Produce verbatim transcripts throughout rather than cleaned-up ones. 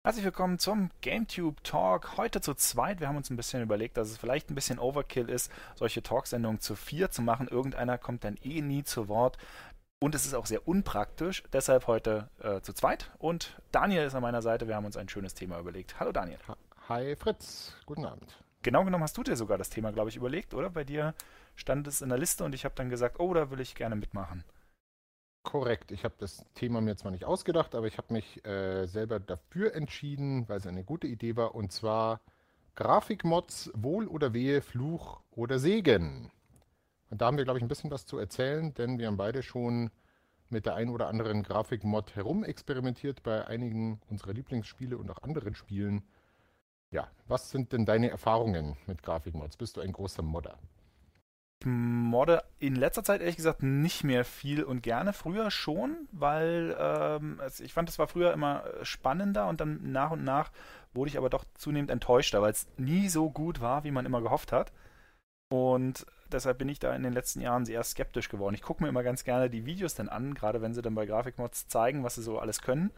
Herzlich willkommen zum GameTube Talk. Heute zu zweit. Wir haben uns ein bisschen überlegt, dass es vielleicht ein bisschen Overkill ist, solche Talksendungen zu vier zu machen. Irgendeiner kommt dann eh nie zu Wort. Und es ist auch sehr unpraktisch. Deshalb heute äh, zu zweit. Und Daniel ist an meiner Seite. Wir haben uns ein schönes Thema überlegt. Hallo Daniel. Ha- Hi Fritz, guten Abend. Genau genommen hast du dir sogar das Thema, glaube ich, überlegt, oder? Bei dir stand es in der Liste und ich habe dann gesagt, oh, da will ich gerne mitmachen. Korrekt, ich habe das Thema mir zwar nicht ausgedacht, aber ich habe mich äh, selber dafür entschieden, weil es eine gute Idee war, und zwar Grafikmods, Wohl oder Wehe, Fluch oder Segen. Und da haben wir, glaube ich, ein bisschen was zu erzählen, denn wir haben beide schon mit der ein oder anderen Grafikmod herumexperimentiert bei einigen unserer Lieblingsspiele und auch anderen Spielen. Ja, was sind denn deine Erfahrungen mit Grafikmods? Bist du ein großer Modder? Ich modde in letzter Zeit ehrlich gesagt nicht mehr viel und gerne. Früher schon, weil ähm, es, ich fand, es war früher immer äh, spannender und dann nach und nach wurde ich aber doch zunehmend enttäuschter, weil es nie so gut war, wie man immer gehofft hat. Und deshalb bin ich da in den letzten Jahren sehr skeptisch geworden. Ich gucke mir immer ganz gerne die Videos dann an, gerade wenn sie dann bei Grafikmods zeigen, was sie so alles können.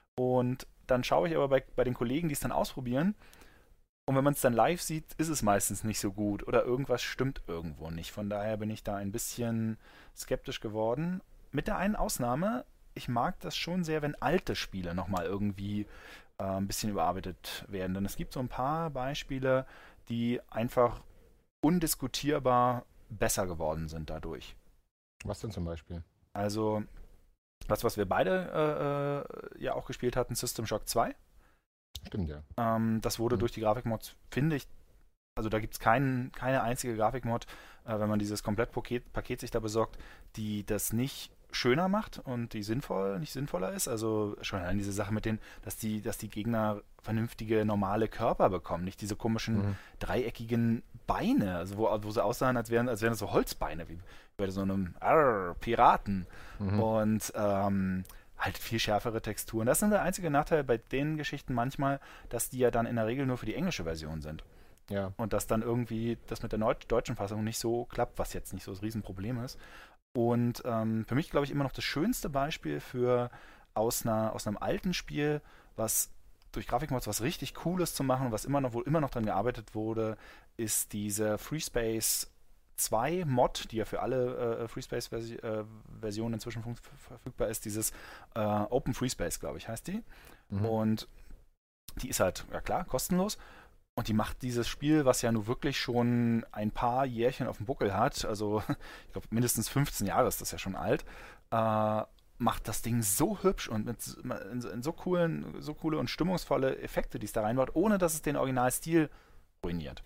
Und dann schaue ich aber bei, bei den Kollegen, die es dann ausprobieren. Und wenn man es dann live sieht, ist es meistens nicht so gut oder irgendwas stimmt irgendwo nicht. Von daher bin ich da ein bisschen skeptisch geworden. Mit der einen Ausnahme, ich mag das schon sehr, wenn alte Spiele nochmal irgendwie äh, ein bisschen überarbeitet werden. Denn es gibt so ein paar Beispiele, die einfach undiskutierbar besser geworden sind dadurch. Was denn zum Beispiel? Also das, was wir beide äh, äh, ja auch gespielt hatten, System Shock zwei. Stimmt ja. Ähm, das wurde Mhm. durch die Grafikmods, finde ich, also da gibt es kein, keine einzige Grafikmod, äh, wenn man dieses Komplettpaket Paket sich da besorgt, die das nicht schöner macht und die sinnvoll, nicht sinnvoller ist. Also schon allein diese Sache mit den, dass die, dass die Gegner vernünftige, normale Körper bekommen, nicht diese komischen Mhm. dreieckigen Beine, also wo, wo sie aussahen, als wären, als wären das so Holzbeine, wie bei so einem Arr, Piraten. Mhm. Und ähm, halt viel schärfere Texturen. Das ist der einzige Nachteil bei den Geschichten manchmal, dass die ja dann in der Regel nur für die englische Version sind. Ja. Und dass dann irgendwie das mit der Neu deutschen Fassung nicht so klappt, was jetzt nicht so das Riesenproblem ist. Und ähm, für mich, glaube ich, immer noch das schönste Beispiel für aus, einer, aus einem alten Spiel, was durch Grafikmods was richtig Cooles zu machen, was immer noch, wo immer noch dran gearbeitet wurde, ist diese FreeSpace zwei Mod, die ja für alle äh, FreeSpace-Versionen inzwischen verfügbar ist, dieses äh, Open FreeSpace, glaube ich, heißt die. Mhm. Und die ist halt, ja klar, kostenlos. Und die macht dieses Spiel, was ja nun wirklich schon ein paar Jährchen auf dem Buckel hat, also ich glaube mindestens fünfzehn Jahre ist das ja schon alt, äh, macht das Ding so hübsch und mit in, in so coolen, so coole und stimmungsvolle Effekte, die es da reinbaut, ohne dass es den Originalstil ruiniert.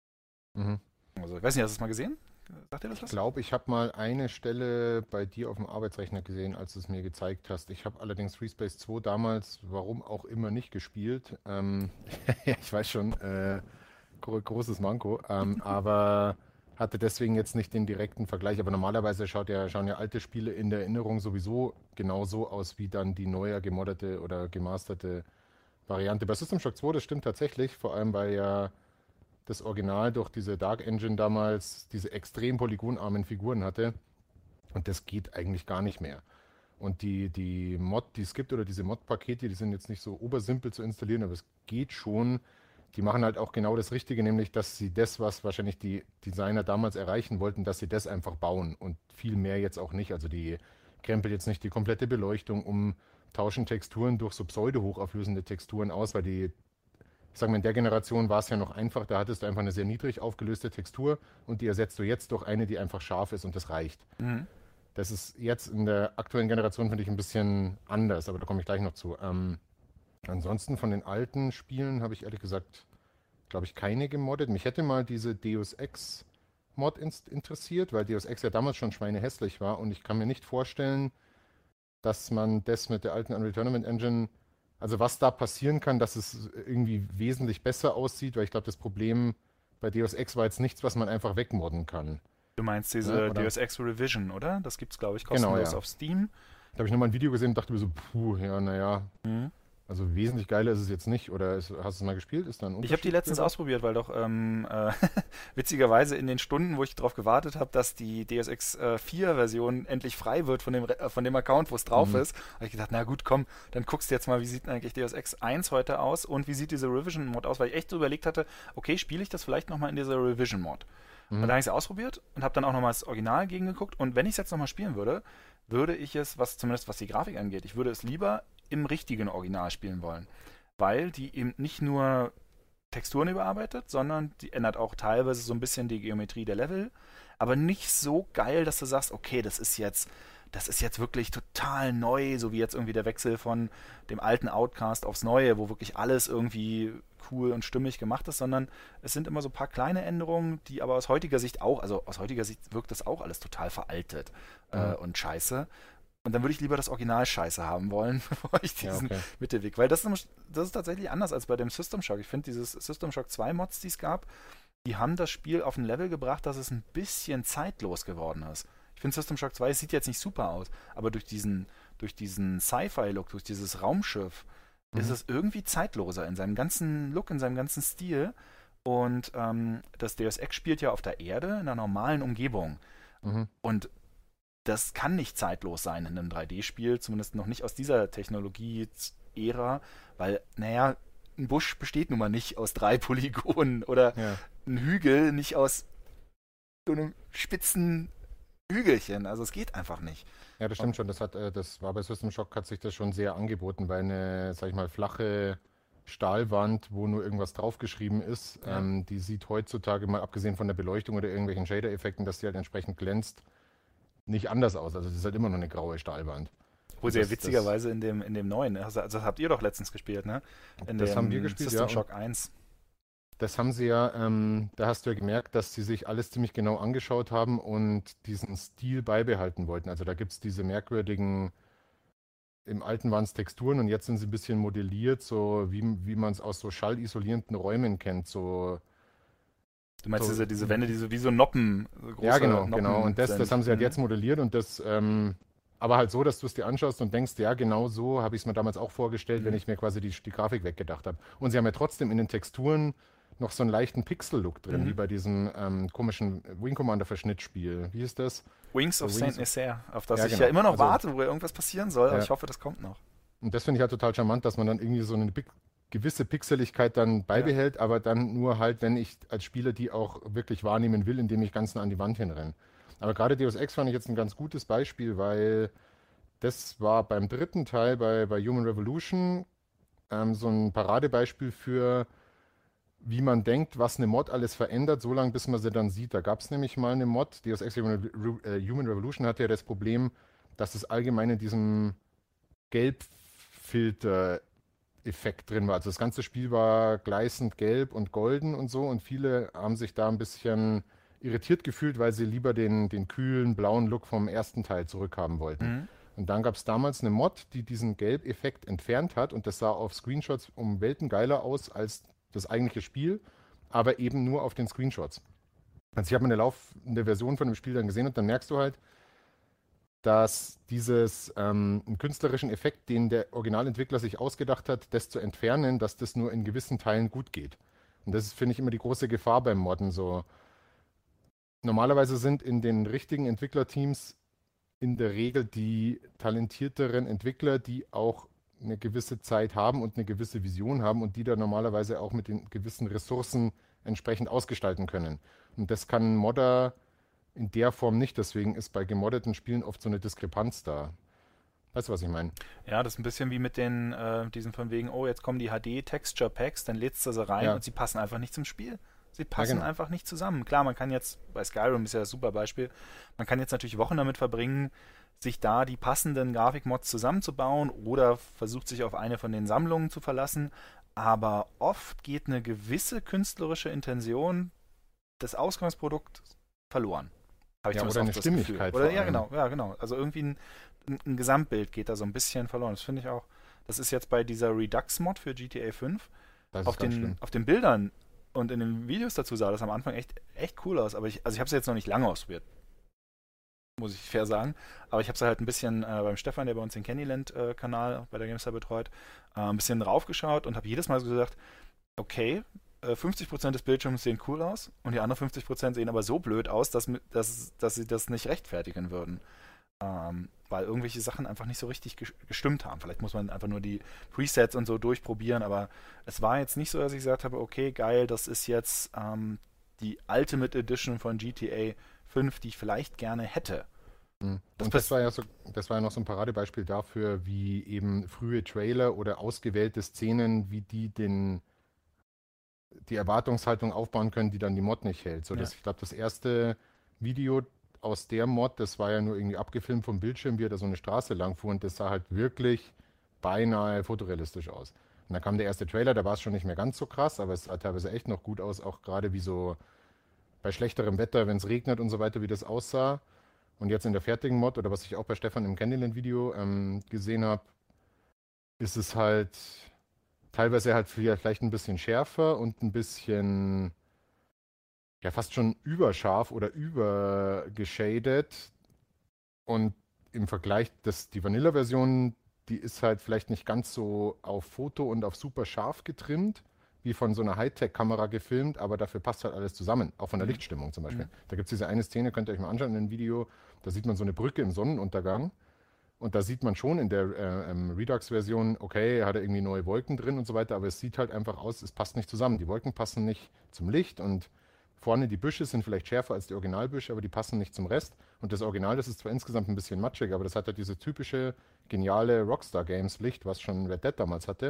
Mhm. Also ich weiß nicht, hast du es mal gesehen? Sagt dir das Ich was? glaube, ich habe mal eine Stelle bei dir auf dem Arbeitsrechner gesehen, als du es mir gezeigt hast. Ich habe allerdings FreeSpace zwei damals, warum auch immer, nicht gespielt. Ähm, ja, ich weiß schon, äh, gro großes Manko, ähm, aber hatte deswegen jetzt nicht den direkten Vergleich. Aber normalerweise schaut ja, schauen ja alte Spiele in der Erinnerung sowieso genauso aus wie dann die neuer gemodderte oder gemasterte Variante. Bei System Shock zwei, das stimmt tatsächlich, vor allem weil ja das Original durch diese Dark Engine damals diese extrem polygonarmen Figuren hatte. Und das geht eigentlich gar nicht mehr. Und die, die Mod, die es gibt oder diese Mod-Pakete, die sind jetzt nicht so obersimpel zu installieren, aber es geht schon. Die machen halt auch genau das Richtige, nämlich dass sie das, was wahrscheinlich die Designer damals erreichen wollten, dass sie das einfach bauen und viel mehr jetzt auch nicht. Also die krempeln jetzt nicht die komplette Beleuchtung um, tauschen Texturen durch so pseudo-hochauflösende Texturen aus, weil die, ich sage mal, in der Generation war es ja noch einfach, da hattest du einfach eine sehr niedrig aufgelöste Textur und die ersetzt du jetzt durch eine, die einfach scharf ist und das reicht. Mhm. Das ist jetzt in der aktuellen Generation, finde ich, ein bisschen anders, aber da komme ich gleich noch zu. Ähm, ansonsten von den alten Spielen habe ich ehrlich gesagt, glaube ich, keine gemoddet. Mich hätte mal diese Deus Ex Mod inst- interessiert, weil Deus Ex ja damals schon schweinehässlich war und ich kann mir nicht vorstellen, dass man das mit der alten Unreal Tournament Engine, also was da passieren kann, dass es irgendwie wesentlich besser aussieht, weil ich glaube, das Problem bei Deus Ex war jetzt nichts, was man einfach wegmodden kann. Du meinst Ne? diese Oder? Deus Ex Revision, oder? Das gibt's, glaube ich, Genau, kostenlos ja. auf Steam. Da habe ich nochmal ein Video gesehen und dachte mir so, puh, ja, naja. Mhm. Also wesentlich geiler ist es jetzt nicht. Oder ist, hast du es mal gespielt? Ist da ein Ich habe die Unterschied letztens spürbar? ausprobiert, weil doch ähm, äh, witzigerweise in den Stunden, wo ich darauf gewartet habe, dass die D S X äh, vier-Version endlich frei wird von dem, Re- äh, von dem Account, wo es drauf Mhm. ist, habe ich gedacht, na gut, komm, dann guckst du jetzt mal, wie sieht denn eigentlich Deus Ex eins heute aus und wie sieht diese Revision-Mod aus, weil ich echt so überlegt hatte, okay, spiele ich das vielleicht nochmal in dieser Revision-Mod? Und dann Mhm. habe ich es ausprobiert und habe dann auch nochmal das Original gegengeguckt. Und wenn ich es jetzt nochmal spielen würde, würde ich es, was zumindest was die Grafik angeht, ich würde es lieber im richtigen Original spielen wollen. Weil die eben nicht nur Texturen überarbeitet, sondern die ändert auch teilweise so ein bisschen die Geometrie der Level, aber nicht so geil, dass du sagst, okay, das ist jetzt, das ist jetzt wirklich total neu, so wie jetzt irgendwie der Wechsel von dem alten Outcast aufs Neue, wo wirklich alles irgendwie cool und stimmig gemacht ist, sondern es sind immer so ein paar kleine Änderungen, die aber aus heutiger Sicht auch, also aus heutiger Sicht wirkt das auch alles total veraltet äh, Mhm. und scheiße. Und dann würde ich lieber das Original scheiße haben wollen, bevor ich Ja, diesen okay. Mittelweg. Weil das ist, das ist tatsächlich anders als bei dem System Shock. Ich finde, dieses System Shock zwei Mods, die es gab, die haben das Spiel auf ein Level gebracht, dass es ein bisschen zeitlos geworden ist. Ich finde, System Shock zwei sieht jetzt nicht super aus, aber durch diesen, durch diesen Sci-Fi-Look, durch dieses Raumschiff, ist Mhm. es irgendwie zeitloser in seinem ganzen Look, in seinem ganzen Stil. Und ähm, das Deus Ex spielt ja auf der Erde in einer normalen Umgebung. Mhm. Und das kann nicht zeitlos sein in einem drei D-Spiel, zumindest noch nicht aus dieser Technologie-Ära, weil, naja, ein Busch besteht nun mal nicht aus drei Polygonen oder Ja. ein Hügel nicht aus so einem spitzen Hügelchen. Also es geht einfach nicht. Ja, das stimmt schon. Das hat, äh, das war bei System Shock hat sich das schon sehr angeboten, weil eine, sag ich mal, flache Stahlwand, wo nur irgendwas draufgeschrieben ist, Ja. ähm, die sieht heutzutage mal abgesehen von der Beleuchtung oder irgendwelchen Shader-Effekten, dass die halt entsprechend glänzt, nicht anders aus. Also das ist halt immer noch eine graue Stahlwand. Wo Und sie ja das, das, witzigerweise in dem, in dem neuen, ne? also das habt ihr doch letztens gespielt, ne? In das haben wir dem gespielt, ja. System Und Shock eins. das haben sie ja, ähm, da hast du ja gemerkt, dass sie sich alles ziemlich genau angeschaut haben und diesen Stil beibehalten wollten. Also da gibt es diese merkwürdigen, im alten waren es Texturen und jetzt sind sie ein bisschen modelliert, so wie, wie man es aus so schallisolierenden Räumen kennt. So, Du meinst so diese, diese Wände, die so wie so Noppen, so ja, große genau, genau. Noppen Und das, das sind. haben sie halt Mhm. jetzt modelliert und das, ähm, aber halt so, dass du es dir anschaust und denkst, ja, genau so habe ich es mir damals auch vorgestellt, wenn Mhm. ich mir quasi die, die Grafik weggedacht habe. Und sie haben ja trotzdem in den Texturen noch so einen leichten Pixel-Look drin, wie Mhm. bei diesem ähm, komischen Wing Commander-Verschnittspiel. Wie ist das? Wings of So Saint Wings. Nectaire, auf das Ja, ich ja genau. immer noch Also, warte, wo ja irgendwas passieren soll, aber ja. ich hoffe, das kommt noch. Und das finde ich halt total charmant, dass man dann irgendwie so eine pi- gewisse Pixeligkeit dann Ja. beibehält, aber dann nur halt, wenn ich als Spieler die auch wirklich wahrnehmen will, indem ich ganz nah an die Wand hinrenne. Aber gerade Deus Ex fand ich jetzt ein ganz gutes Beispiel, weil das war beim dritten Teil bei, bei Human Revolution ähm, so ein Paradebeispiel für, wie man denkt, was eine Mod alles verändert, so lange bis man sie dann sieht. Da gab es nämlich mal eine Mod, Deus Ex Human, Re äh, Human Revolution hatte ja das Problem, dass es allgemein in diesem Gelbfilter Effekt drin war. Also das ganze Spiel war gleißend gelb und golden und so und viele haben sich da ein bisschen irritiert gefühlt, weil sie lieber den, den kühlen blauen Look vom ersten Teil zurückhaben wollten. Mhm. Und dann gab es damals eine Mod, die diesen Gelb-Effekt entfernt hat und das sah auf Screenshots um Welten geiler aus als das eigentliche Spiel, aber eben nur auf den Screenshots. Also ich habe eine laufende Version von dem Spiel dann gesehen und dann merkst du halt, dass dieses ähm, einen künstlerischen Effekt, den der Originalentwickler sich ausgedacht hat, das zu entfernen, dass das nur in gewissen Teilen gut geht. Und das ist, finde ich, immer die große Gefahr beim Modden. So, normalerweise sind in den richtigen Entwicklerteams in der Regel die talentierteren Entwickler, die auch eine gewisse Zeit haben und eine gewisse Vision haben und die da normalerweise auch mit den gewissen Ressourcen entsprechend ausgestalten können. Und das kann ein Modder in der Form nicht. Deswegen ist bei gemoddeten Spielen oft so eine Diskrepanz da. Weißt du, was ich meine? Ja, das ist ein bisschen wie mit den, äh, diesen von wegen, oh, jetzt kommen die H D-Texture Packs, dann lädst du sie rein Ja, und sie passen einfach nicht zum Spiel. Sie ja, passen genau. einfach nicht zusammen. Klar, man kann jetzt, bei Skyrim ist ja das super Beispiel, man kann jetzt natürlich Wochen damit verbringen, sich da die passenden Grafikmods zusammenzubauen oder versucht sich auf eine von den Sammlungen zu verlassen. Aber oft geht eine gewisse künstlerische Intention des Ausgangsprodukts verloren. Habe ich Ja, zumindest oder eine oft das Gefühl. Stimmigkeit Oder vor ja, allem. genau, ja, genau. Also irgendwie ein, ein, ein Gesamtbild geht da so ein bisschen verloren. Das finde ich auch. Das ist jetzt bei dieser Redux-Mod für G T A fünf. Das Auf ist ganz den, schlimm. auf den Bildern und in den Videos dazu sah das am Anfang echt, echt cool aus. Aber ich, also ich habe es jetzt noch nicht lange ausprobiert. muss ich fair sagen. Aber ich habe es halt ein bisschen äh, beim Stefan, der bei uns den Candyland-Kanal bei der GameStar betreut, äh, ein bisschen draufgeschaut und habe jedes Mal so gesagt, okay, äh, fünfzig Prozent des Bildschirms sehen cool aus und die anderen fünfzig Prozent sehen aber so blöd aus, dass, mi- dass, dass sie das nicht rechtfertigen würden. Ähm, weil irgendwelche Sachen einfach nicht so richtig ges- gestimmt haben. Vielleicht muss man einfach nur die Presets und so durchprobieren, aber es war jetzt nicht so, dass ich gesagt habe, okay, geil, das ist jetzt ähm, die Ultimate Edition von G T A fünf, die ich vielleicht gerne hätte. Mhm. Das Und das passt. war ja so, das war ja noch so ein Paradebeispiel dafür, wie eben frühe Trailer oder ausgewählte Szenen, wie die den, die Erwartungshaltung aufbauen können, die dann die Mod nicht hält. So, Ja. das, ich glaube, das erste Video aus der Mod, das war ja nur irgendwie abgefilmt vom Bildschirm, wie er da so eine Straße lang fuhr und das sah halt wirklich beinahe fotorealistisch aus. Und dann kam der erste Trailer, da war es schon nicht mehr ganz so krass, aber es sah teilweise echt noch gut aus, auch gerade wie so bei schlechterem Wetter, wenn es regnet und so weiter, wie das aussah. Und jetzt in der fertigen Mod, oder was ich auch bei Stefan im Candyland-Video ähm, gesehen habe, ist es halt teilweise halt vielleicht ein bisschen schärfer und ein bisschen, ja, fast schon überscharf oder übergeschadet. Und im Vergleich, das, die Vanilla-Version, die ist halt vielleicht nicht ganz so auf Foto und auf super scharf getrimmt, wie von so einer Hightech-Kamera gefilmt, aber dafür passt halt alles zusammen, auch von der Mhm. Lichtstimmung zum Beispiel. Mhm. Da gibt es diese eine Szene, könnt ihr euch mal anschauen in dem Video, da sieht man so eine Brücke im Sonnenuntergang und da sieht man schon in der äh, ähm, Redux-Version, okay, er hat irgendwie neue Wolken drin und so weiter, aber es sieht halt einfach aus, es passt nicht zusammen. Die Wolken passen nicht zum Licht und vorne die Büsche sind vielleicht schärfer als die Originalbüsche, aber die passen nicht zum Rest. Und das Original, das ist zwar insgesamt ein bisschen matschig, aber das hat halt diese typische geniale Rockstar Games Licht, was schon Red Dead damals hatte,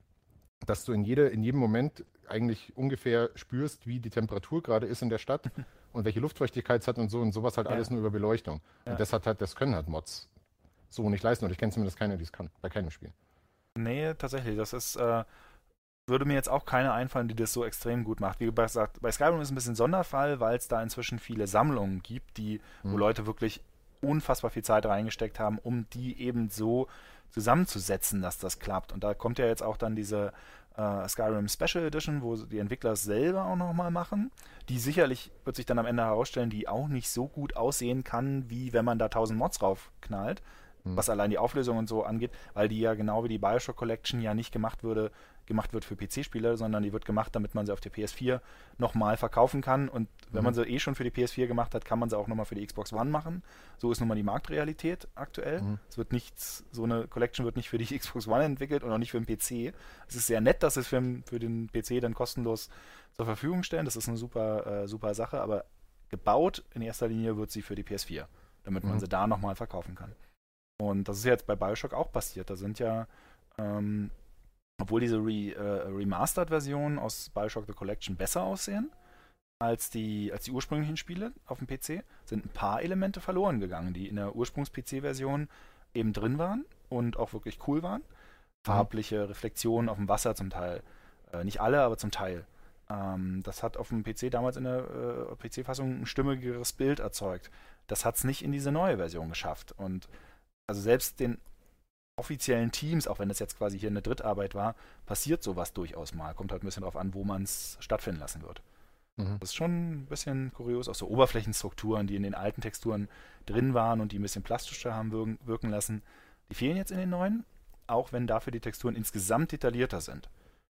dass du in, jede, in jedem Moment eigentlich ungefähr spürst, wie die Temperatur gerade ist in der Stadt und welche Luftfeuchtigkeit es hat und so und sowas halt alles Ja. nur über Beleuchtung. Und Ja. das hat halt, das können halt Mods so nicht leisten. Und ich kenne zumindest keiner, die es kann, bei keinem Spiel. Nee, tatsächlich. Das ist, äh, würde mir jetzt auch keine einfallen, die das so extrem gut macht. Wie gesagt, bei Skyrim ist es ein bisschen Sonderfall, weil es da inzwischen viele Sammlungen gibt, die, wo Hm. Leute wirklich unfassbar viel Zeit reingesteckt haben, um die eben so zusammenzusetzen, dass das klappt. Und da kommt ja jetzt auch dann diese äh, Skyrim Special Edition, wo die Entwickler es selber auch nochmal machen, die sicherlich, wird sich dann am Ende herausstellen, die auch nicht so gut aussehen kann, wie wenn man da tausend Mods raufknallt, Hm. was allein die Auflösung und so angeht, weil die ja genau wie die Bioshock Collection ja nicht gemacht würde, gemacht wird für P C-Spieler, sondern die wird gemacht, damit man sie auf der P S vier nochmal verkaufen kann. Und wenn man Mhm. sie eh schon für die P S vier gemacht hat, kann man sie auch nochmal für die Xbox One machen. So ist nun mal die Marktrealität aktuell. Mhm. Es wird nichts, so eine Collection wird nicht für die Xbox One entwickelt und auch nicht für den P C. Es ist sehr nett, dass sie es für, den- für den P C dann kostenlos zur Verfügung stellen. Das ist eine super, äh, super Sache, aber gebaut in erster Linie wird sie für die P S vier, damit man Mhm. sie da nochmal verkaufen kann. Und das ist ja jetzt bei Bioshock auch passiert. Da sind ja, ähm, obwohl diese Re, äh, Remastered-Versionen aus Bioshock The Collection besser aussehen als die, als die ursprünglichen Spiele auf dem P C, sind ein paar Elemente verloren gegangen, die in der Ursprungs-P C-Version eben drin waren und auch wirklich cool waren. Mhm. Farbliche Reflexionen auf dem Wasser zum Teil. Äh, nicht alle, aber zum Teil. Ähm, das hat auf dem P C damals in der äh, P C-Fassung ein stimmigeres Bild erzeugt. Das hat es nicht in diese neue Version geschafft. Und also selbst den offiziellen Teams, auch wenn das jetzt quasi hier eine Drittarbeit war, passiert sowas durchaus mal. Kommt halt ein bisschen drauf an, wo man es stattfinden lassen wird. Mhm. Das ist schon ein bisschen kurios. Auch so Oberflächenstrukturen, die in den alten Texturen drin waren und die ein bisschen plastischer haben wirken, wirken lassen, die fehlen jetzt in den neuen, auch wenn dafür die Texturen insgesamt detaillierter sind.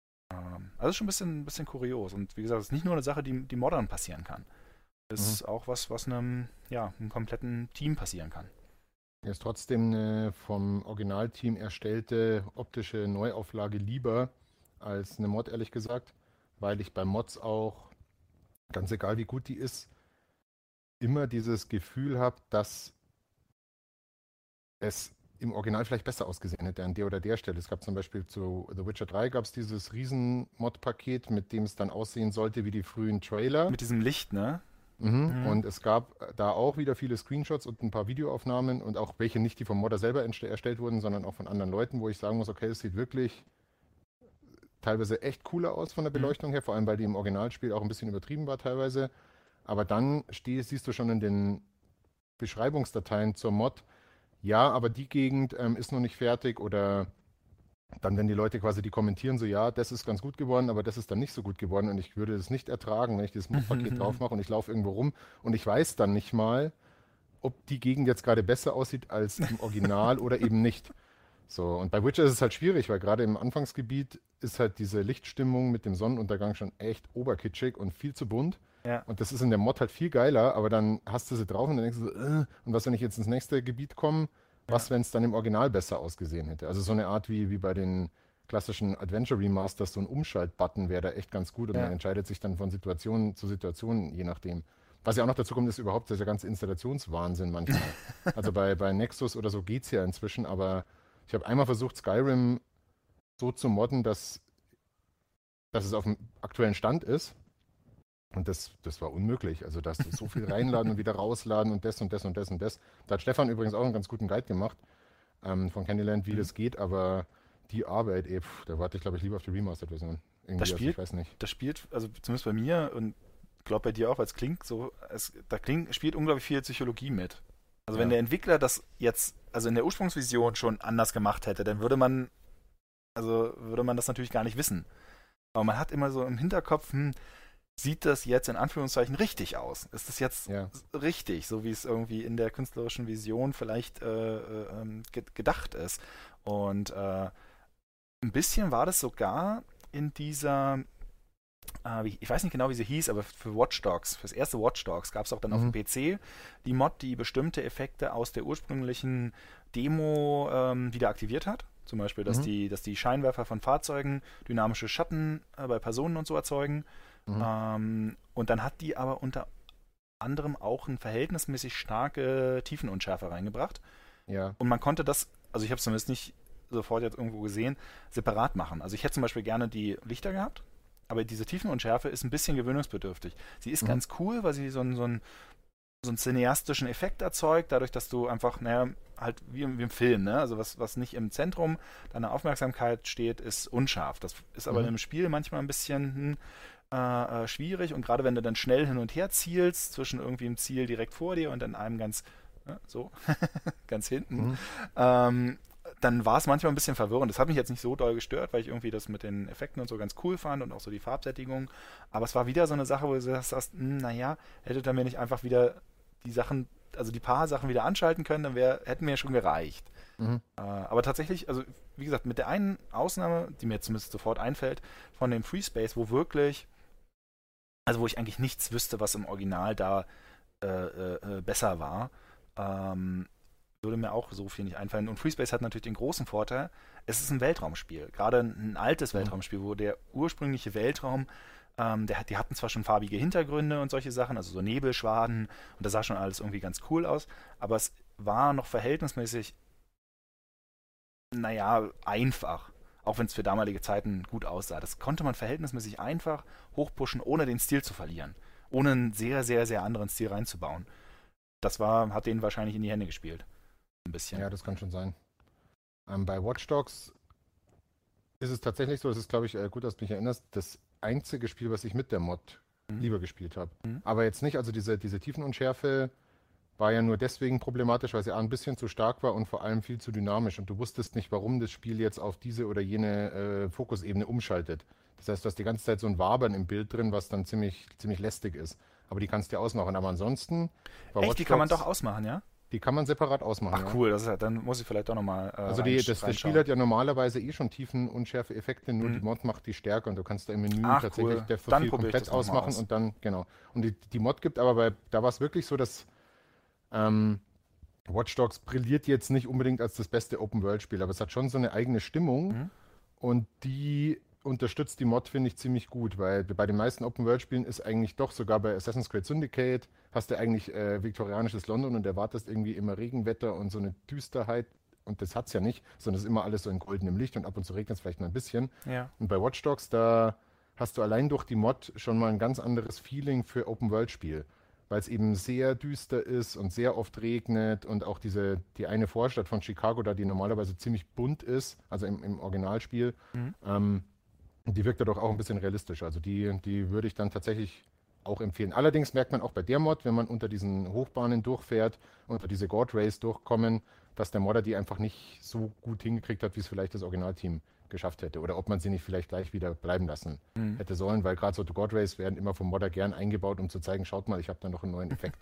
Ähm, also schon ein bisschen, ein bisschen kurios. Und wie gesagt, es ist nicht nur eine Sache, die, die modern passieren kann. Es Mhm. ist auch was, was einem, ja, einem kompletten Team passieren kann. Mir ist trotzdem eine vom Originalteam erstellte optische Neuauflage lieber als eine Mod, ehrlich gesagt, weil ich bei Mods auch, ganz egal wie gut die ist, immer dieses Gefühl habe, dass es im Original vielleicht besser ausgesehen hätte an der oder der Stelle. Es gab zum Beispiel zu The Witcher drei gab es dieses Riesen-Mod-Paket, mit dem es dann aussehen sollte wie die frühen Trailer. Mit diesem Licht, ne? Mhm. Mhm. Und es gab da auch wieder viele Screenshots und ein paar Videoaufnahmen und auch welche nicht, die vom Modder selber entste- erstellt wurden, sondern auch von anderen Leuten, wo ich sagen muss, okay, es sieht wirklich teilweise echt cooler aus von der Mhm. Beleuchtung her, vor allem weil die im Originalspiel auch ein bisschen übertrieben war teilweise. Aber dann steh, siehst du schon in den Beschreibungsdateien zur Mod, ja, aber die Gegend ähm, ist noch nicht fertig oder dann, wenn die Leute quasi die kommentieren, so ja, das ist ganz gut geworden, aber das ist dann nicht so gut geworden und ich würde es nicht ertragen, wenn ich dieses Mod-Paket drauf mache und ich laufe irgendwo rum und ich weiß dann nicht mal, ob die Gegend jetzt gerade besser aussieht als im Original oder eben nicht. So, und bei Witcher ist es halt schwierig, weil gerade im Anfangsgebiet ist halt diese Lichtstimmung mit dem Sonnenuntergang schon echt oberkitschig und viel zu bunt. Ja. Und das ist in der Mod halt viel geiler, aber dann hast du sie drauf und dann denkst du so, äh, und was, wenn ich jetzt ins nächste Gebiet komme, was, Ja. wenn es dann im Original besser ausgesehen hätte? Also so eine Art wie, wie bei den klassischen Adventure Remasters, so ein Umschalt-Button wäre da echt ganz gut und Ja. man entscheidet sich dann von Situation zu Situation, je nachdem. Was ja auch noch dazu kommt, ist überhaupt dieser ganze Installationswahnsinn manchmal. Also bei, bei Nexus oder so geht es ja inzwischen, aber ich habe einmal versucht, Skyrim so zu modden, dass, dass es auf dem aktuellen Stand ist. Und das, das war unmöglich. Also, dass du so viel reinladen und wieder rausladen und das und das und das und das. Da hat Stefan übrigens auch einen ganz guten Guide gemacht ähm, von Candyland, wie Mhm. das geht, aber die Arbeit, ey, pf, da warte ich, glaube ich, lieber auf die Remastered-Version. Irgendwie, Das also spielt, ich weiß nicht. das spielt, also zumindest bei mir und glaube bei dir auch, weil es klingt so, es, da klingt, spielt unglaublich viel Psychologie mit. Also wenn Ja. der Entwickler das jetzt, also in der Ursprungsvision schon anders gemacht hätte, dann würde man, also würde man das natürlich gar nicht wissen. Aber man hat immer so im Hinterkopf, hm, sieht das jetzt in Anführungszeichen richtig aus? Ist das jetzt Ja. richtig, so wie es irgendwie in der künstlerischen Vision vielleicht äh, äh, ähm, ge gedacht ist? Und äh, ein bisschen war das sogar in dieser, äh, wie, ich weiß nicht genau, wie sie hieß, aber für Watch Dogs, fürs erste Watch Dogs gab es auch dann auf dem Mhm. P C die Mod, die bestimmte Effekte aus der ursprünglichen Demo ähm, wieder aktiviert hat. Zum Beispiel, dass, Mhm. die, dass die Scheinwerfer von Fahrzeugen dynamische Schatten äh, bei Personen und so erzeugen. Mhm. Ähm, und dann hat die aber unter anderem auch eine verhältnismäßig starke Tiefenunschärfe reingebracht. Ja. Und man konnte das, also ich habe es zumindest nicht sofort jetzt irgendwo gesehen, separat machen. Also ich hätte zum Beispiel gerne die Lichter gehabt, aber diese Tiefenunschärfe ist ein bisschen gewöhnungsbedürftig. Sie ist Mhm. ganz cool, weil sie so einen, so einen, so einen cineastischen Effekt erzeugt, dadurch, dass du einfach, naja, halt wie im, wie im Film, ne? Also was, was nicht im Zentrum deiner Aufmerksamkeit steht, ist unscharf. Das ist aber Mhm. im Spiel manchmal ein bisschen hm, äh, äh, schwierig und gerade wenn du dann schnell hin und her zielst, zwischen irgendwie im Ziel direkt vor dir und dann einem ganz, äh, so, ganz hinten, Mhm. ähm, dann war es manchmal ein bisschen verwirrend. Das hat mich jetzt nicht so doll gestört, weil ich irgendwie das mit den Effekten und so ganz cool fand und auch so die Farbsättigung. Aber es war wieder so eine Sache, wo du sagst, hm, naja, hättet ihr mir nicht einfach wieder die Sachen, also die paar Sachen wieder anschalten können, dann wär, hätten mir schon gereicht. Mhm. Äh, aber tatsächlich, also wie gesagt, mit der einen Ausnahme, die mir jetzt zumindest sofort einfällt, von dem Free Space, wo wirklich, also wo ich eigentlich nichts wüsste, was im Original da äh, äh, äh, besser war, ähm, würde mir auch so viel nicht einfallen. Und FreeSpace hat natürlich den großen Vorteil, es ist ein Weltraumspiel. Gerade ein, ein altes Mhm. Weltraumspiel, wo der ursprüngliche Weltraum, ähm, der, hat- die hatten zwar schon farbige Hintergründe und solche Sachen, also so Nebelschwaden, und das sah schon alles irgendwie ganz cool aus, aber es war noch verhältnismäßig, naja, einfach. Auch wenn es für damalige Zeiten gut aussah. Das konnte man verhältnismäßig einfach hochpushen, ohne den Stil zu verlieren. Ohne einen sehr, sehr, sehr anderen Stil reinzubauen. Das war, hat denen wahrscheinlich in die Hände gespielt. Ein bisschen. Ja, das kann schon sein. Ähm, bei Watch Dogs ist es tatsächlich so, das ist, glaube ich, äh, gut, dass du mich erinnerst, das einzige Spiel, was ich mit der Mod Mhm. lieber gespielt habe. Mhm. Aber jetzt nicht, also diese, diese Tiefenunschärfe war ja nur deswegen problematisch, weil sie A, ein bisschen zu stark war und vor allem viel zu dynamisch. Und du wusstest nicht, warum das Spiel jetzt auf diese oder jene äh, Fokusebene umschaltet. Das heißt, du hast die ganze Zeit so ein Wabern im Bild drin, was dann ziemlich, ziemlich lästig ist. Aber die kannst du ja ausmachen. Aber ansonsten, bei Echt, Watch die kann man Dogs, doch ausmachen, ja? die kann man separat ausmachen. Ach ja. cool, das ist ja, dann muss ich vielleicht doch nochmal äh, Also die, reinsch- das, das Spiel reinschauen. hat ja normalerweise eh schon Tiefenunschärfe Effekte, nur Mhm. die Mod macht die stärker und du kannst da im Menü Ach, tatsächlich cool. Depth of Dann Field probier ich komplett das noch mal ausmachen aus. und dann, genau. Und die, die Mod gibt aber bei, da war es wirklich so, dass ähm, Watch Dogs brilliert jetzt nicht unbedingt als das beste Open-World-Spiel, aber es hat schon so eine eigene Stimmung Mhm. und die unterstützt die Mod, finde ich, ziemlich gut, weil bei den meisten Open-World-Spielen ist eigentlich doch, sogar bei Assassin's Creed Syndicate, hast du eigentlich äh, viktorianisches London und erwartest irgendwie immer Regenwetter und so eine Düsterheit und das hat es ja nicht, sondern es ist immer alles so in goldenem Licht und ab und zu regnet es vielleicht mal ein bisschen. Ja. Und bei Watch Dogs, da hast du allein durch die Mod schon mal ein ganz anderes Feeling für Open-World-Spiel, weil es eben sehr düster ist und sehr oft regnet und auch diese, die eine Vorstadt von Chicago da, die normalerweise ziemlich bunt ist, also im, im Originalspiel, Mhm. ähm, die wirkt dadurch auch ein bisschen realistisch. Also die, die würde ich dann tatsächlich auch empfehlen. Allerdings merkt man auch bei der Mod, wenn man unter diesen Hochbahnen durchfährt, unter diese God Rays durchkommen, dass der Modder die einfach nicht so gut hingekriegt hat, wie es vielleicht das Originalteam geschafft hätte. Oder ob man sie nicht vielleicht gleich wieder bleiben lassen Mhm. hätte sollen, weil gerade so God Rays werden immer vom Modder gern eingebaut, um zu zeigen, schaut mal, ich habe da noch einen neuen Effekt.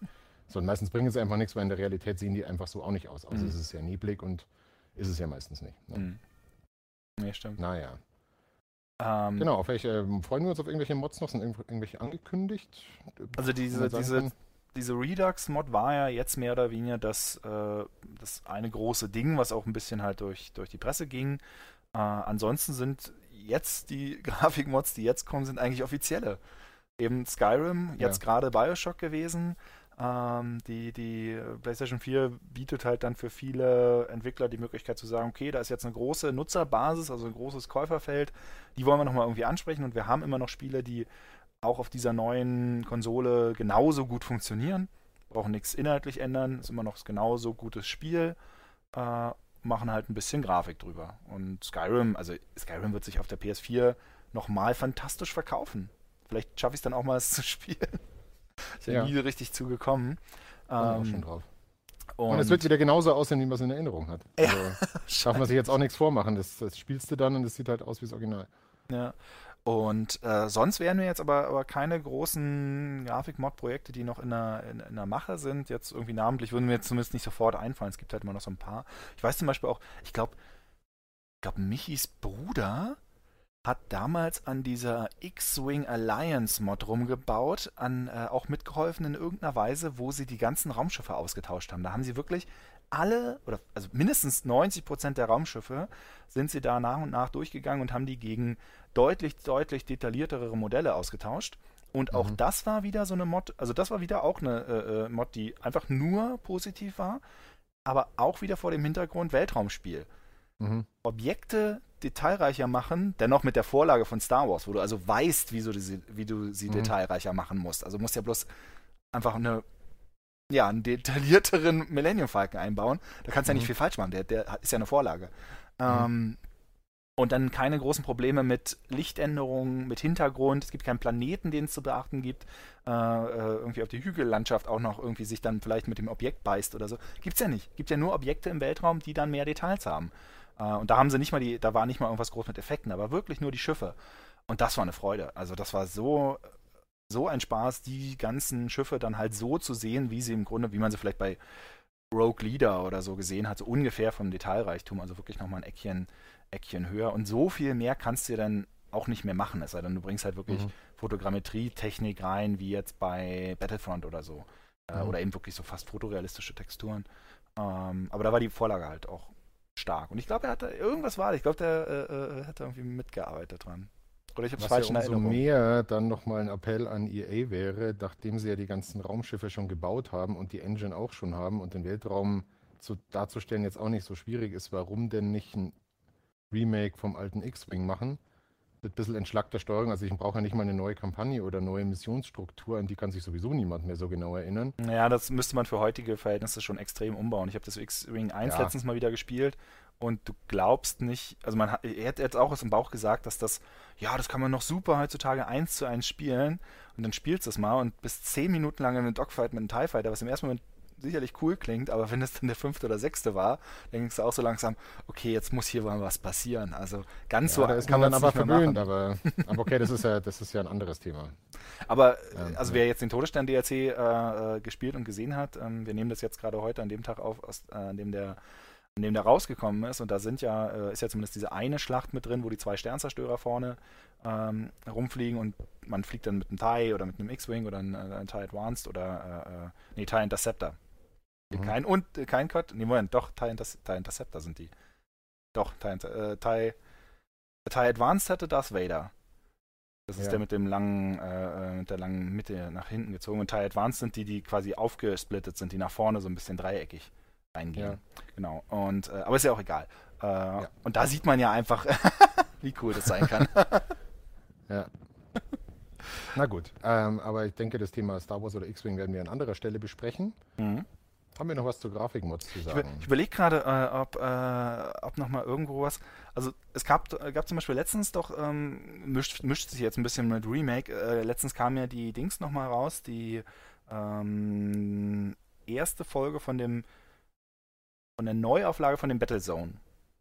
So, und meistens bringen sie einfach nichts, weil in der Realität sehen die einfach so auch nicht aus. Also Mhm. es ist ja neblig und ist es ja meistens nicht. Ne? Mhm. Nee, stimmt. Naja. Ähm, Genau, auf welche, ähm, freuen wir uns auf irgendwelche Mods noch? Sind irgendw- irgendwelche angekündigt? also Wo diese, man sagen diese, kann, diese Redux-Mod war ja jetzt mehr oder weniger das, äh, das eine große Ding, was auch ein bisschen halt durch, durch die Presse ging. Äh, ansonsten sind jetzt die Grafikmods, die jetzt kommen, sind eigentlich offizielle. Eben Skyrim, ja. jetzt gerade BioShock gewesen. Ähm, die, die PlayStation vier bietet halt dann für viele Entwickler die Möglichkeit zu sagen, okay, da ist jetzt eine große Nutzerbasis, also ein großes Käuferfeld, die wollen wir nochmal irgendwie ansprechen und wir haben immer noch Spiele, die auch auf dieser neuen Konsole genauso gut funktionieren, brauchen nichts inhaltlich ändern, ist immer noch genauso gutes Spiel, äh, machen halt ein bisschen Grafik drüber. Und Skyrim, also Skyrim wird sich auf der P S vier nochmal fantastisch verkaufen. Vielleicht schaffe ich es dann auch mal, es zu spielen. Ich bin Ja. nie richtig zugekommen. Freue mich auch Ähm, schon drauf. und Und es wird wieder genauso aussehen, wie man es in Erinnerung hat. Ja, Also darf man sich jetzt auch nichts vormachen. Das, das spielst du dann und es sieht halt aus wie das Original. ja. Und äh, sonst wären wir jetzt aber, aber keine großen Grafik-Mod-Projekte, die noch in der, in, in der Mache sind. Jetzt irgendwie namentlich würden mir jetzt zumindest nicht sofort einfallen. Es gibt halt immer noch so ein paar. Ich weiß zum Beispiel auch, ich glaube, ich glaube, Michis Bruder hat damals an dieser X-Wing Alliance Mod rumgebaut, an äh, auch mitgeholfen in irgendeiner Weise, wo sie die ganzen Raumschiffe ausgetauscht haben. Da haben sie wirklich alle, oder also mindestens neunzig Prozent der Raumschiffe sind sie da nach und nach durchgegangen und haben die gegen deutlich, deutlich detailliertere Modelle ausgetauscht. Und auch Mhm. das war wieder so eine Mod, also das war wieder auch eine äh, äh, Mod, die einfach nur positiv war, aber auch wieder vor dem Hintergrund Weltraumspiel. Mhm. Objekte detailreicher machen, dennoch mit der Vorlage von Star Wars, wo du also weißt, wie, so diese, wie du sie Mhm. detailreicher machen musst. Also du musst ja bloß einfach eine, ja, einen detaillierteren Millennium Falcon einbauen. Da kannst du ja nicht Mhm. viel falsch machen, der, der ist ja eine Vorlage. Ähm, und dann keine großen Probleme mit Lichtänderungen, mit Hintergrund. Es gibt keinen Planeten, den es zu beachten gibt. Äh, äh, irgendwie auf die Hügellandschaft auch noch irgendwie sich dann vielleicht mit dem Objekt beißt oder so. Gibt's ja nicht. Gibt ja nur Objekte im Weltraum, die dann mehr Details haben. Äh, und da haben sie nicht mal die, da war nicht mal irgendwas groß mit Effekten, aber wirklich nur die Schiffe. Und das war eine Freude. Also das war so, so ein Spaß, die ganzen Schiffe dann halt so zu sehen, wie sie im Grunde, wie man sie vielleicht bei Rogue Leader oder so gesehen hat, so ungefähr vom Detailreichtum, also wirklich nochmal ein Eckchen, Eckchen höher. Und so viel mehr kannst du dann auch nicht mehr machen, es sei denn, du bringst halt wirklich Mhm. Fotogrammetrie-Technik rein, wie jetzt bei Battlefront oder so. Äh, Mhm. Oder eben wirklich so fast fotorealistische Texturen. Ähm, aber da war die Vorlage halt auch stark. Und ich glaube, er hatte, irgendwas war, ich glaube, der äh, äh, hat da irgendwie mitgearbeitet dran. Oder ich habe es Was ja falsch in umso Erinnerung. mehr dann nochmal ein Appell an E A wäre, nachdem sie ja die ganzen Raumschiffe schon gebaut haben und die Engine auch schon haben und den Weltraum zu, darzustellen jetzt auch nicht so schwierig ist, warum denn nicht ein Remake vom alten X-Wing machen? Mit ein bisschen entschlackter Steuerung. Also ich brauche ja nicht mal eine neue Kampagne oder neue Missionsstruktur, an die kann sich sowieso niemand mehr so genau erinnern. Ja, das müsste man für heutige Verhältnisse schon extrem umbauen. Ich habe das X-Wing eins Ja. letztens mal wieder gespielt und du glaubst nicht, also man hat, er hat jetzt auch aus dem Bauch gesagt, dass das, ja, das kann man noch super heutzutage eins zu eins spielen und dann spielst du es mal und bist zehn Minuten lang in einem Dogfight mit einem TIE Fighter, was im ersten Moment sicherlich cool klingt, aber wenn es dann der fünfte oder sechste war, denkst du auch so langsam, okay, jetzt muss hier mal was passieren. Also ganz Ja, so da ist kann man man dann es aber nicht mehr verwöhnt, machen. aber, aber okay, das ist ja, das ist ja ein anderes Thema. Aber Ähm, äh, also ja. wer jetzt den Todesstern-D L C äh, äh, gespielt und gesehen hat, ähm, wir nehmen das jetzt gerade heute an dem Tag auf, aus, äh, an dem der an dem der rausgekommen ist und da sind ja, äh, ist ja zumindest diese eine Schlacht mit drin, wo die zwei Sternzerstörer vorne ähm, rumfliegen und man fliegt dann mit einem TIE oder mit einem X-Wing oder einem, äh, einem TIE Advanced oder äh, äh, nee, TIE Interceptor. Mhm. Kein und äh, kein Cut, nee, Moment, doch, TIE, Inter TIE Interceptor sind die. Doch, TIE, Inter äh, TIE, TIE Advanced hatte Darth Vader. Das ist Ja. der mit dem langen, äh, mit der langen Mitte nach hinten gezogen. Und TIE Advanced sind die, die quasi aufgesplittet sind, die nach vorne so ein bisschen dreieckig reingehen. Ja. Genau. Und, äh, aber ist ja auch egal. Äh, Und da sieht man ja einfach, wie cool das sein kann. Ja. Na gut, ähm, aber ich denke, das Thema Star Wars oder X-Wing werden wir an anderer Stelle besprechen. Mhm. Haben wir noch was zu Grafikmods zu Ich, über, sagen? ich überlege gerade, äh, ob, äh, ob noch mal irgendwo was. Also es gab, äh, gab zum Beispiel letztens doch, ähm, mischt, mischt sich jetzt ein bisschen mit Remake. Äh, letztens kam ja die Dings noch mal raus, die ähm, erste Folge von dem von der Neuauflage von dem Battlezone.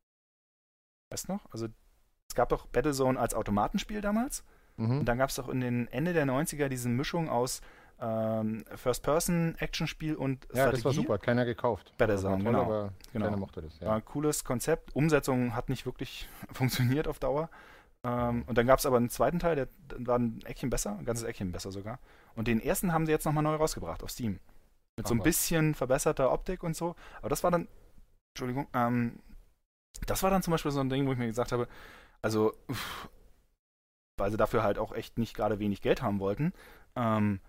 Weißt du noch? Also es gab doch Battlezone als Automatenspiel damals. Mhm. Und dann gab es doch in den Ende der neunziger diese Mischung aus ähm, First-Person-Action-Spiel und Ja, Strategie. das war super, hat keiner gekauft. Battlezone, toll, genau. aber genau. keiner mochte das. War Ja. ein cooles Konzept. Umsetzung hat nicht wirklich funktioniert auf Dauer. Ähm, und dann gab es aber einen zweiten Teil, der war ein Eckchen besser, ein ganzes Eckchen besser sogar. Und den ersten haben sie jetzt nochmal neu rausgebracht auf Steam. Mit Ach so ein was. bisschen verbesserter Optik und so. Aber das war dann, Entschuldigung, ähm, das war dann zum Beispiel so ein Ding, wo ich mir gesagt habe, also, uff, weil sie dafür halt auch echt nicht gerade wenig Geld haben wollten. Ähm,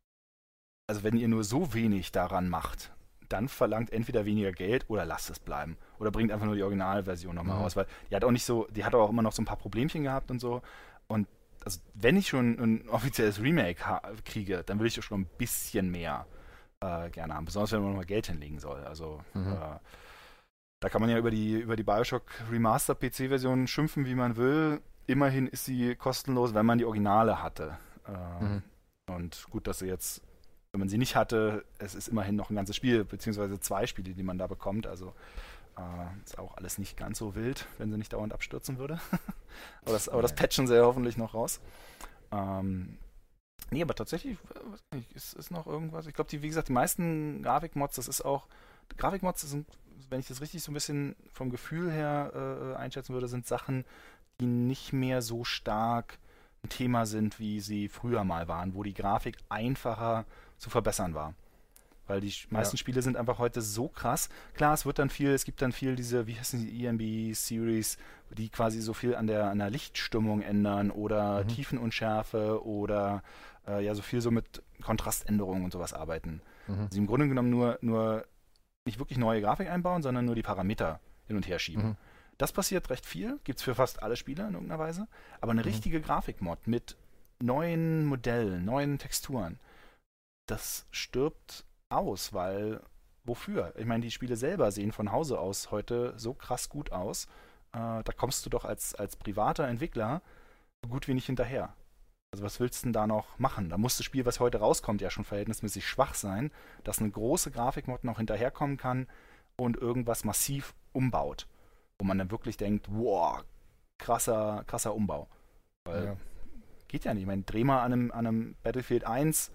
also wenn ihr nur so wenig daran macht, dann verlangt entweder weniger Geld oder lasst es bleiben. Oder bringt einfach nur die Originalversion nochmal Mhm. raus, weil die hat auch nicht so, die hat auch immer noch so ein paar Problemchen gehabt und so. Und also wenn ich schon ein offizielles Remake ha- kriege, dann will ich doch schon ein bisschen mehr äh, gerne haben. Besonders wenn man nochmal Geld hinlegen soll. Also Mhm. äh, da kann man ja über die, über die Bioshock Remaster P C-Version schimpfen, wie man will. Immerhin ist sie kostenlos, wenn man die Originale hatte. Ähm, Mhm. Und gut, dass sie jetzt, wenn man sie nicht hatte, es ist immerhin noch ein ganzes Spiel, beziehungsweise zwei Spiele, die man da bekommt. Also äh, ist auch alles nicht ganz so wild, wenn sie nicht dauernd abstürzen würde. aber, das, aber das Nee. patchen sie ja hoffentlich noch raus. Ähm, nee, aber tatsächlich, äh, weiß nicht, ist, ist noch irgendwas. Ich glaube, die, wie gesagt, die meisten Grafikmods, das ist auch, Grafikmods sind, wenn ich das richtig so ein bisschen vom Gefühl her äh, einschätzen würde, sind Sachen, die nicht mehr so stark ein Thema sind, wie sie früher mal waren, wo die Grafik einfacher zu verbessern war. Weil die meisten Ja. Spiele sind einfach heute so krass. Klar, es wird dann viel, es gibt dann viel diese, wie heißen die, E M B-Series, die quasi so viel an der, an der Lichtstimmung ändern oder Mhm. Tiefenunschärfe oder äh, ja, so viel so mit Kontraständerungen und sowas arbeiten. Mhm. Also im Grunde genommen nur, nur nicht wirklich neue Grafik einbauen, sondern nur die Parameter hin und her schieben. Mhm. Das passiert recht viel, gibt es für fast alle Spiele in irgendeiner Weise. Aber eine Mhm. richtige Grafikmod mit neuen Modellen, neuen Texturen, das stirbt aus, weil wofür? Ich meine, die Spiele selber sehen von Hause aus heute so krass gut aus. Äh, da kommst du doch als, als privater Entwickler so gut wie nicht hinterher. Also was willst du denn da noch machen? Da muss das Spiel, was heute rauskommt, ja schon verhältnismäßig schwach sein, dass eine große Grafikmod noch hinterherkommen kann und irgendwas massiv umbaut. Wo man dann wirklich denkt, wow, krasser, krasser Umbau. Weil Ja. geht ja nicht. Ich meine, dreh mal an einem, an einem Battlefield eins,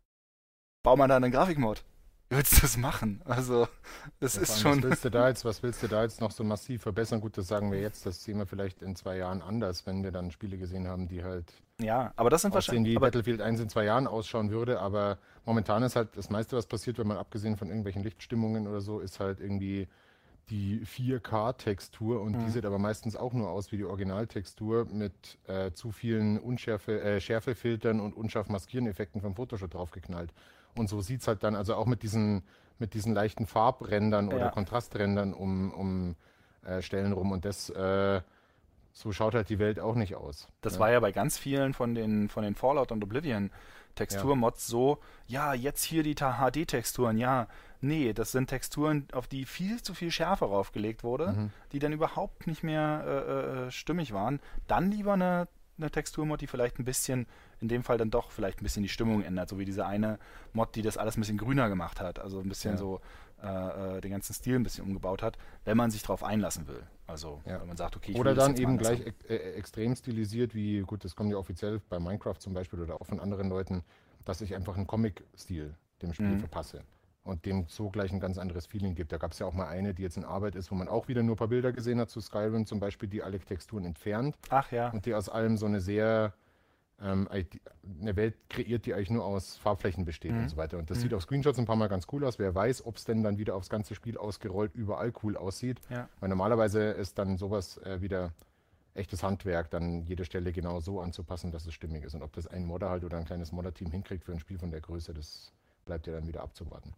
bau mal da einen Grafikmod. Wie willst du das machen? Also, das Ja, ist vor allem, schon. Was willst du da jetzt, was willst du da jetzt noch so massiv verbessern? Gut, das sagen wir jetzt, das sehen wir vielleicht in zwei Jahren anders, wenn wir dann Spiele gesehen haben, die halt Ja, aber das sind aussehen, wahrscheinlich. wie Aber, Battlefield eins in zwei Jahren ausschauen würde, aber momentan ist halt das meiste, was passiert, wenn man abgesehen von irgendwelchen Lichtstimmungen oder so, ist halt irgendwie die vier K-Textur und die Mhm. sieht aber meistens auch nur aus wie die Originaltextur mit äh, zu vielen Unschärfe, äh, Schärfefiltern und unscharf maskieren Effekten vom Photoshop draufgeknallt. Und so sieht es halt dann, also auch mit diesen, mit diesen leichten Farbrändern oder ja, Kontrasträndern um, um äh, Stellen rum. Und das, äh, so schaut halt die Welt auch nicht aus. das Ne? war ja bei ganz vielen von den, von den Fallout und Oblivion Texturmods so, ja, jetzt hier die H D-Texturen, ja, nee, das sind Texturen, auf die viel zu viel Schärfe raufgelegt wurde, Mhm. die dann überhaupt nicht mehr äh, äh, stimmig waren. Dann lieber eine, eine Texturmod, die vielleicht ein bisschen, in dem Fall dann doch vielleicht ein bisschen die Stimmung ändert, so wie diese eine Mod, die das alles ein bisschen grüner gemacht hat, also ein bisschen Ja. so äh, äh, den ganzen Stil ein bisschen umgebaut hat, wenn man sich darauf einlassen will. Also, Ja. wenn man sagt, okay, ich Oder will das dann jetzt mal eben anders gleich haben. ex äh, extrem stilisiert, wie, gut, das kommt ja offiziell bei Minecraft zum Beispiel oder auch von anderen Leuten, dass ich einfach einen Comic-Stil dem Spiel Mhm. verpasse und dem so gleich ein ganz anderes Feeling gibt. Da gab es ja auch mal eine, die jetzt in Arbeit ist, wo man auch wieder nur ein paar Bilder gesehen hat zu Skyrim zum Beispiel, die alle Texturen entfernt Ach ja, und die aus allem so eine sehr, ähm, eine Welt kreiert, die eigentlich nur aus Farbflächen besteht Mhm. und so weiter. Und das Mhm. sieht auf Screenshots ein paar Mal ganz cool aus. Wer weiß, ob es denn dann wieder aufs ganze Spiel ausgerollt überall cool aussieht. ja. Weil normalerweise ist dann sowas äh, wieder echtes Handwerk, dann jede Stelle genau so anzupassen, dass es stimmig ist. Und ob das ein Modder halt oder ein kleines Modder-Team hinkriegt für ein Spiel von der Größe, das bleibt ja dann wieder abzuwarten.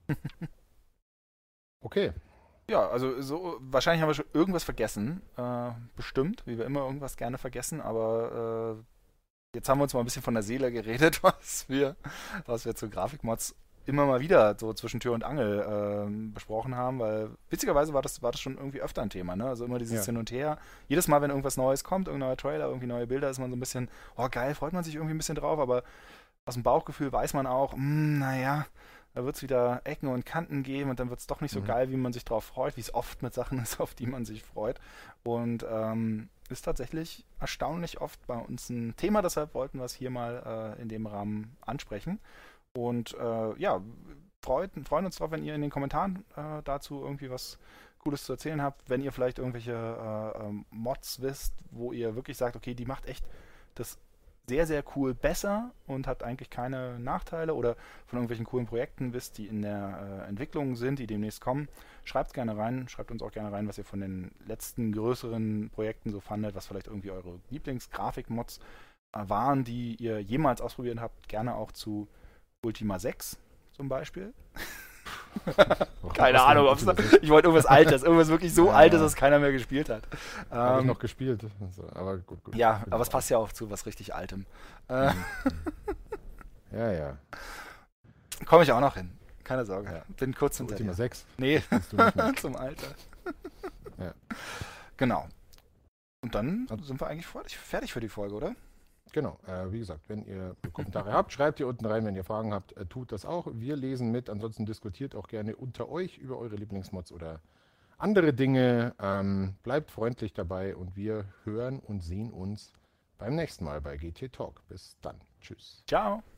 Okay. Ja, also so wahrscheinlich haben wir schon irgendwas vergessen, äh, bestimmt, wie wir immer irgendwas gerne vergessen, aber äh, jetzt haben wir uns mal ein bisschen von der Seele geredet, was wir, was wir zu Grafikmods immer mal wieder so zwischen Tür und Angel ähm, besprochen haben, weil witzigerweise war das, war das schon irgendwie öfter ein Thema, ne? Also immer dieses Ja. Hin und Her. Jedes Mal, wenn irgendwas Neues kommt, irgendein neuer Trailer, irgendwie neue Bilder, ist man so ein bisschen, oh geil, freut man sich irgendwie ein bisschen drauf, aber aus dem Bauchgefühl weiß man auch, hm, naja, da wird es wieder Ecken und Kanten geben und dann wird es doch nicht so Mhm. geil, wie man sich drauf freut, wie es oft mit Sachen ist, auf die man sich freut. Und ähm, ist tatsächlich erstaunlich oft bei uns ein Thema, deshalb wollten wir es hier mal äh, in dem Rahmen ansprechen. Und äh, ja, freut, freuen uns drauf, wenn ihr in den Kommentaren äh, dazu irgendwie was Cooles zu erzählen habt. Wenn ihr vielleicht irgendwelche äh, ähm, Mods wisst, wo ihr wirklich sagt, okay, die macht echt das sehr, sehr cool besser und hat eigentlich keine Nachteile, oder von irgendwelchen coolen Projekten wisst, die in der äh, Entwicklung sind, die demnächst kommen, schreibt gerne rein. Schreibt uns auch gerne rein, was ihr von den letzten größeren Projekten so fandet, was vielleicht irgendwie eure Lieblingsgrafik-Mods äh, waren, die ihr jemals ausprobiert habt. Gerne auch zu Ultima sechs zum Beispiel. Keine Ahnung, ob's da, ich wollte irgendwas Altes, irgendwas wirklich so Ja, Altes, ja. dass keiner mehr gespielt hat. Habe ich Ähm, noch gespielt. Also, aber gut, gut. ja, Bin aber es auch- passt ja auch zu was richtig Altem. Äh, Mhm. Ja, ja. Komme ich auch noch hin. Keine Sorge. Ja. Bin kurz hinter Ultima dir. sechs. Nee, Spielst du nicht mehr. zum Alter. Ja. Genau. Und dann Und- sind wir eigentlich fertig, fertig für die Folge, oder? Genau, äh, wie gesagt, wenn ihr Kommentare habt, schreibt ihr unten rein, wenn ihr Fragen habt, äh, tut das auch. Wir lesen mit, ansonsten diskutiert auch gerne unter euch über eure Lieblingsmods oder andere Dinge. Ähm, bleibt freundlich dabei und wir hören und sehen uns beim nächsten Mal bei G T Talk. Bis dann. Tschüss. Ciao.